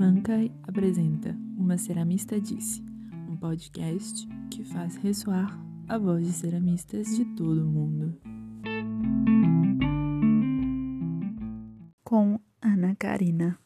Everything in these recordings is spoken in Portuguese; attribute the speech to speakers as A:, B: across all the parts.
A: Mancai apresenta Uma Ceramista Disse, um podcast que faz ressoar a voz de ceramistas de todo o mundo. Com Ana Karina.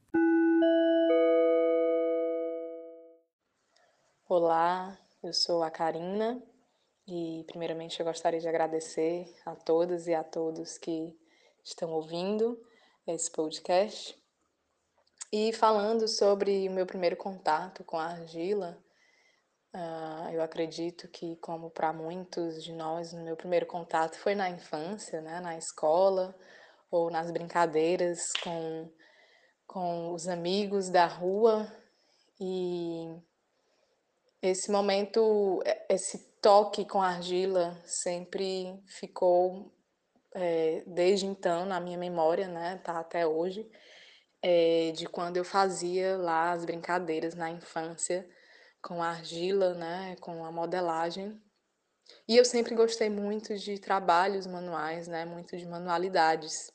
B: Olá, eu sou a Karina e primeiramente eu gostaria de agradecer a todas e a todos que estão ouvindo esse podcast. E falando sobre o meu primeiro contato com a argila, eu acredito que, como para muitos de nós, o meu primeiro contato foi na infância, né, na escola ou nas brincadeiras com os amigos da rua. E esse momento, esse toque com argila sempre ficou, desde então, na minha memória, né? Tá até hoje, de quando eu fazia lá as brincadeiras na infância com a argila, né? Com a modelagem. E eu sempre gostei muito de trabalhos manuais, né? Muito de manualidades.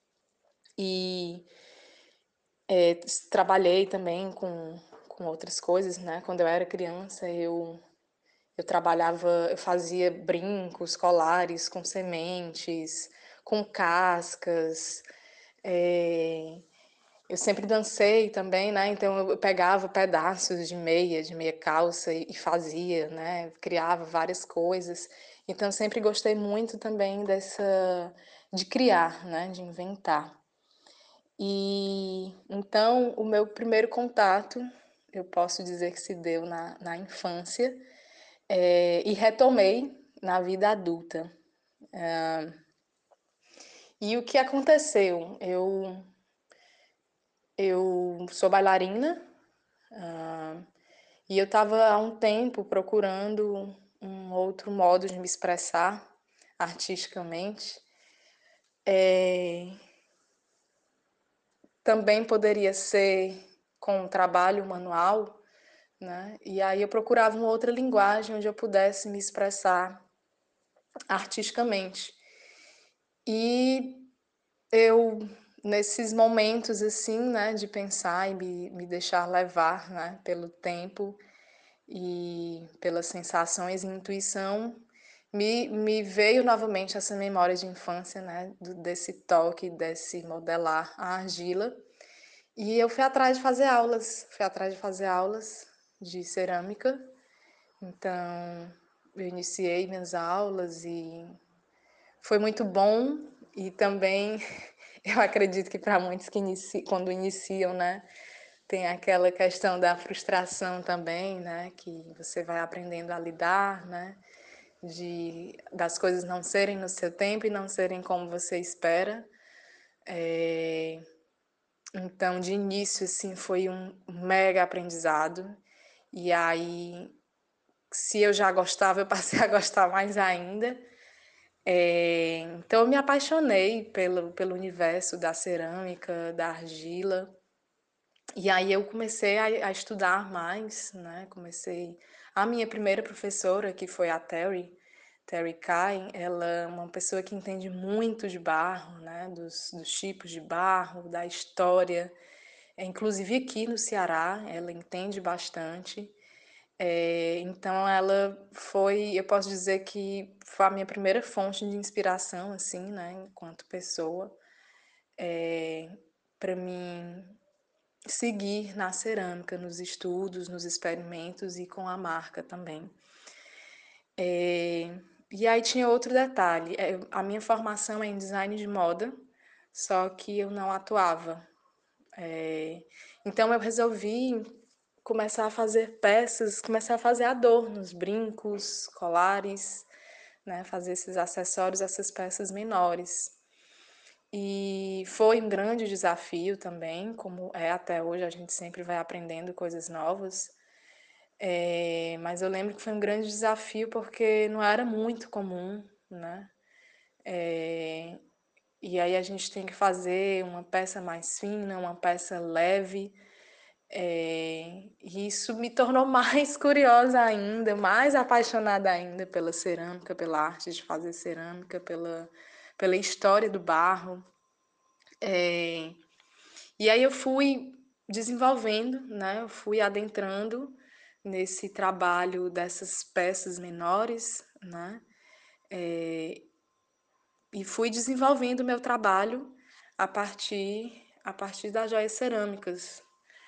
B: E trabalhei também com outras coisas, né? Quando eu era criança, eu trabalhava, eu fazia brincos, colares com sementes, com cascas. Eu sempre dancei também, né? Então eu pegava pedaços de meia calça e fazia, né? Criava várias coisas. Então eu sempre gostei muito também de criar, né? De inventar. E então o meu primeiro contato, eu posso dizer que se deu na infância, e retomei na vida adulta. E o que aconteceu? Eu sou bailarina, e eu estava há um tempo procurando um outro modo de me expressar artisticamente. Também poderia ser com um trabalho manual, né? E aí eu procurava uma outra linguagem onde eu pudesse me expressar artisticamente. E eu, nesses momentos assim, né, de pensar e me deixar levar, né, pelo tempo e pelas sensações e intuição, me veio novamente essa memória de infância, né, desse toque, desse modelar a argila. E eu fui atrás de fazer aulas de cerâmica. Então, eu iniciei minhas aulas e foi muito bom. E também eu acredito que para muitos que quando iniciam, né, tem aquela questão da frustração também, né, que você vai aprendendo a lidar, né, das coisas não serem no seu tempo e não serem como você espera. Então, de início, assim, foi um mega aprendizado. E aí, se eu já gostava, eu passei a gostar mais ainda. Então, eu me apaixonei pelo universo da cerâmica, da argila. E aí eu comecei a estudar mais, né? A minha primeira professora, que foi a Terry Kai, ela é uma pessoa que entende muito de barro, né? Dos tipos de barro, da história. Inclusive aqui no Ceará, ela entende bastante. Então ela foi, eu posso dizer que foi a minha primeira fonte de inspiração, assim, né? Enquanto pessoa, para mim seguir na cerâmica, nos estudos, nos experimentos e com a marca também. E aí tinha outro detalhe, a minha formação é em design de moda, só que eu não atuava. Então eu resolvi começar a fazer peças, começar a fazer adornos, brincos, colares, né, fazer esses acessórios, essas peças menores. E foi um grande desafio também, como é até hoje, a gente sempre vai aprendendo coisas novas. Mas eu lembro que foi um grande desafio porque não era muito comum, né? E aí a gente tem que fazer uma peça mais fina, uma peça leve. E isso me tornou mais curiosa ainda, mais apaixonada ainda pela cerâmica, pela arte de fazer cerâmica, pela história do barro. E aí eu fui desenvolvendo, né? Eu fui adentrando nesse trabalho dessas peças menores, né? E fui desenvolvendo o meu trabalho a partir das joias cerâmicas.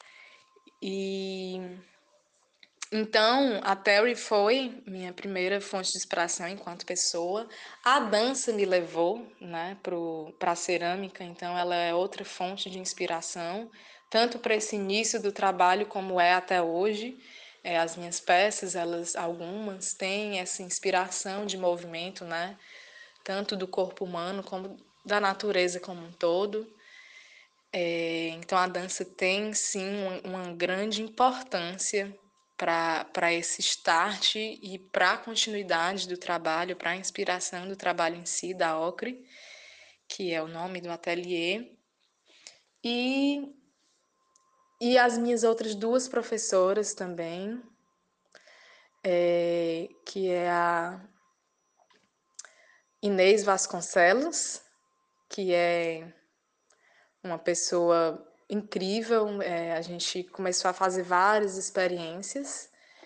B: E então, a Terry foi minha primeira fonte de inspiração enquanto pessoa. A dança me levou, né, para a cerâmica, então ela é outra fonte de inspiração, tanto para esse início do trabalho como é até hoje. As minhas peças, elas, algumas têm essa inspiração de movimento, né, tanto do corpo humano como da natureza como um todo. Então a dança tem sim uma grande importância para esse start e para a continuidade do trabalho, para a inspiração do trabalho em si, da Ocre, que é o nome do ateliê. E, e as minhas outras duas professoras também, que é a Inês Vasconcelos, que é uma pessoa incrível. A gente começou a fazer várias experiências.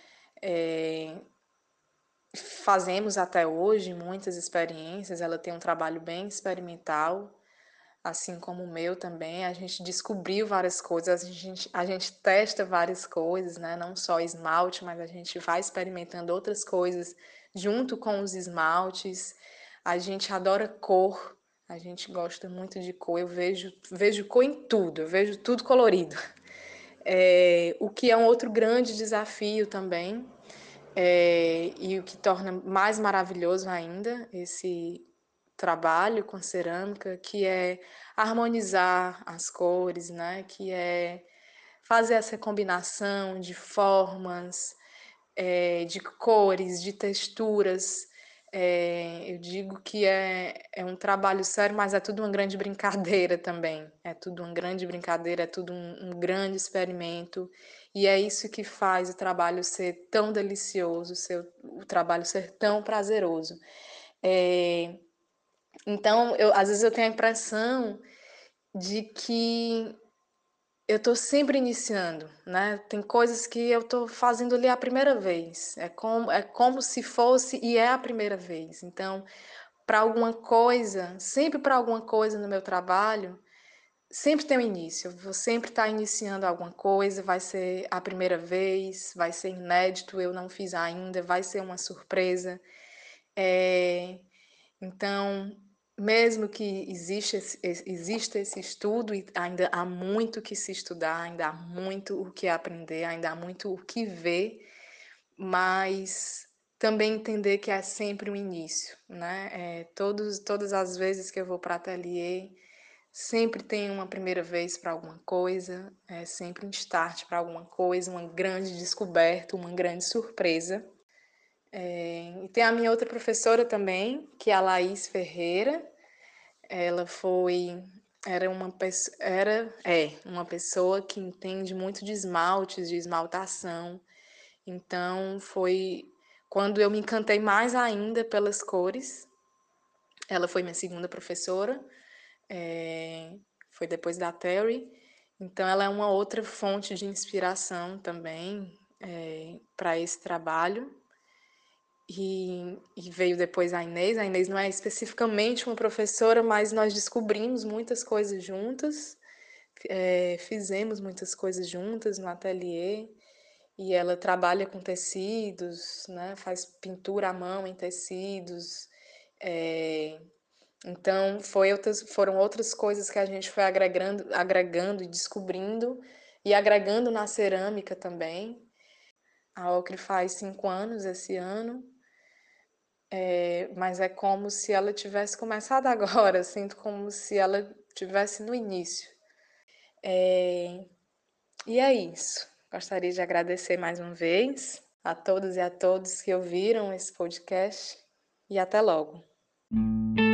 B: Fazemos até hoje muitas experiências. Ela tem um trabalho bem experimental, assim como o meu também. A gente descobriu várias coisas, a gente testa várias coisas, né? Não só esmalte, mas a gente vai experimentando outras coisas junto com os esmaltes. A gente adora cor, a gente gosta muito de cor. Eu vejo cor em tudo, eu vejo tudo colorido. O que é um outro grande desafio também, e o que torna mais maravilhoso ainda esse trabalho com cerâmica, que é harmonizar as cores, né? Que é fazer essa combinação de formas, de cores, de texturas. Eu digo que é um trabalho sério, mas é tudo uma grande brincadeira também. É tudo uma grande brincadeira, é tudo um grande experimento. E é isso que faz o trabalho ser tão delicioso, o trabalho ser tão prazeroso. É, então, às vezes eu tenho a impressão de que eu estou sempre iniciando, né? Tem coisas que eu estou fazendo ali a primeira vez. É como se fosse e é a primeira vez. Então, para alguma coisa, sempre para alguma coisa no meu trabalho, sempre tem um início. Eu vou sempre estar iniciando alguma coisa, vai ser a primeira vez, vai ser inédito, eu não fiz ainda, vai ser uma surpresa. É, então, mesmo que exista esse estudo, e ainda há muito que se estudar, ainda há muito o que aprender, ainda há muito o que ver, mas também entender que é sempre um início, né? Todas as vezes que eu vou para ateliê, sempre tem uma primeira vez para alguma coisa, é sempre um start para alguma coisa, uma grande descoberta, uma grande surpresa. E tem a minha outra professora também, que é a Laís Ferreira. Ela foi, era uma pessoa, uma pessoa que entende muito de esmaltes, de esmaltação. Então foi quando eu me encantei mais ainda pelas cores. Ela foi minha segunda professora, foi depois da Terry. Então ela é uma outra fonte de inspiração também para esse trabalho. E veio depois a Inês. A Inês não é especificamente uma professora, mas nós descobrimos muitas coisas juntas, fizemos muitas coisas juntas no ateliê. E ela trabalha com tecidos, né? Faz pintura à mão em tecidos. É, então foram outras coisas que a gente foi agregando e descobrindo e agregando na cerâmica também. A Ocre faz 5 anos esse ano. Mas é como se ela tivesse começado agora, sinto como se ela tivesse no início. E é isso. Gostaria de agradecer mais uma vez a todas e a todos que ouviram esse podcast e até logo.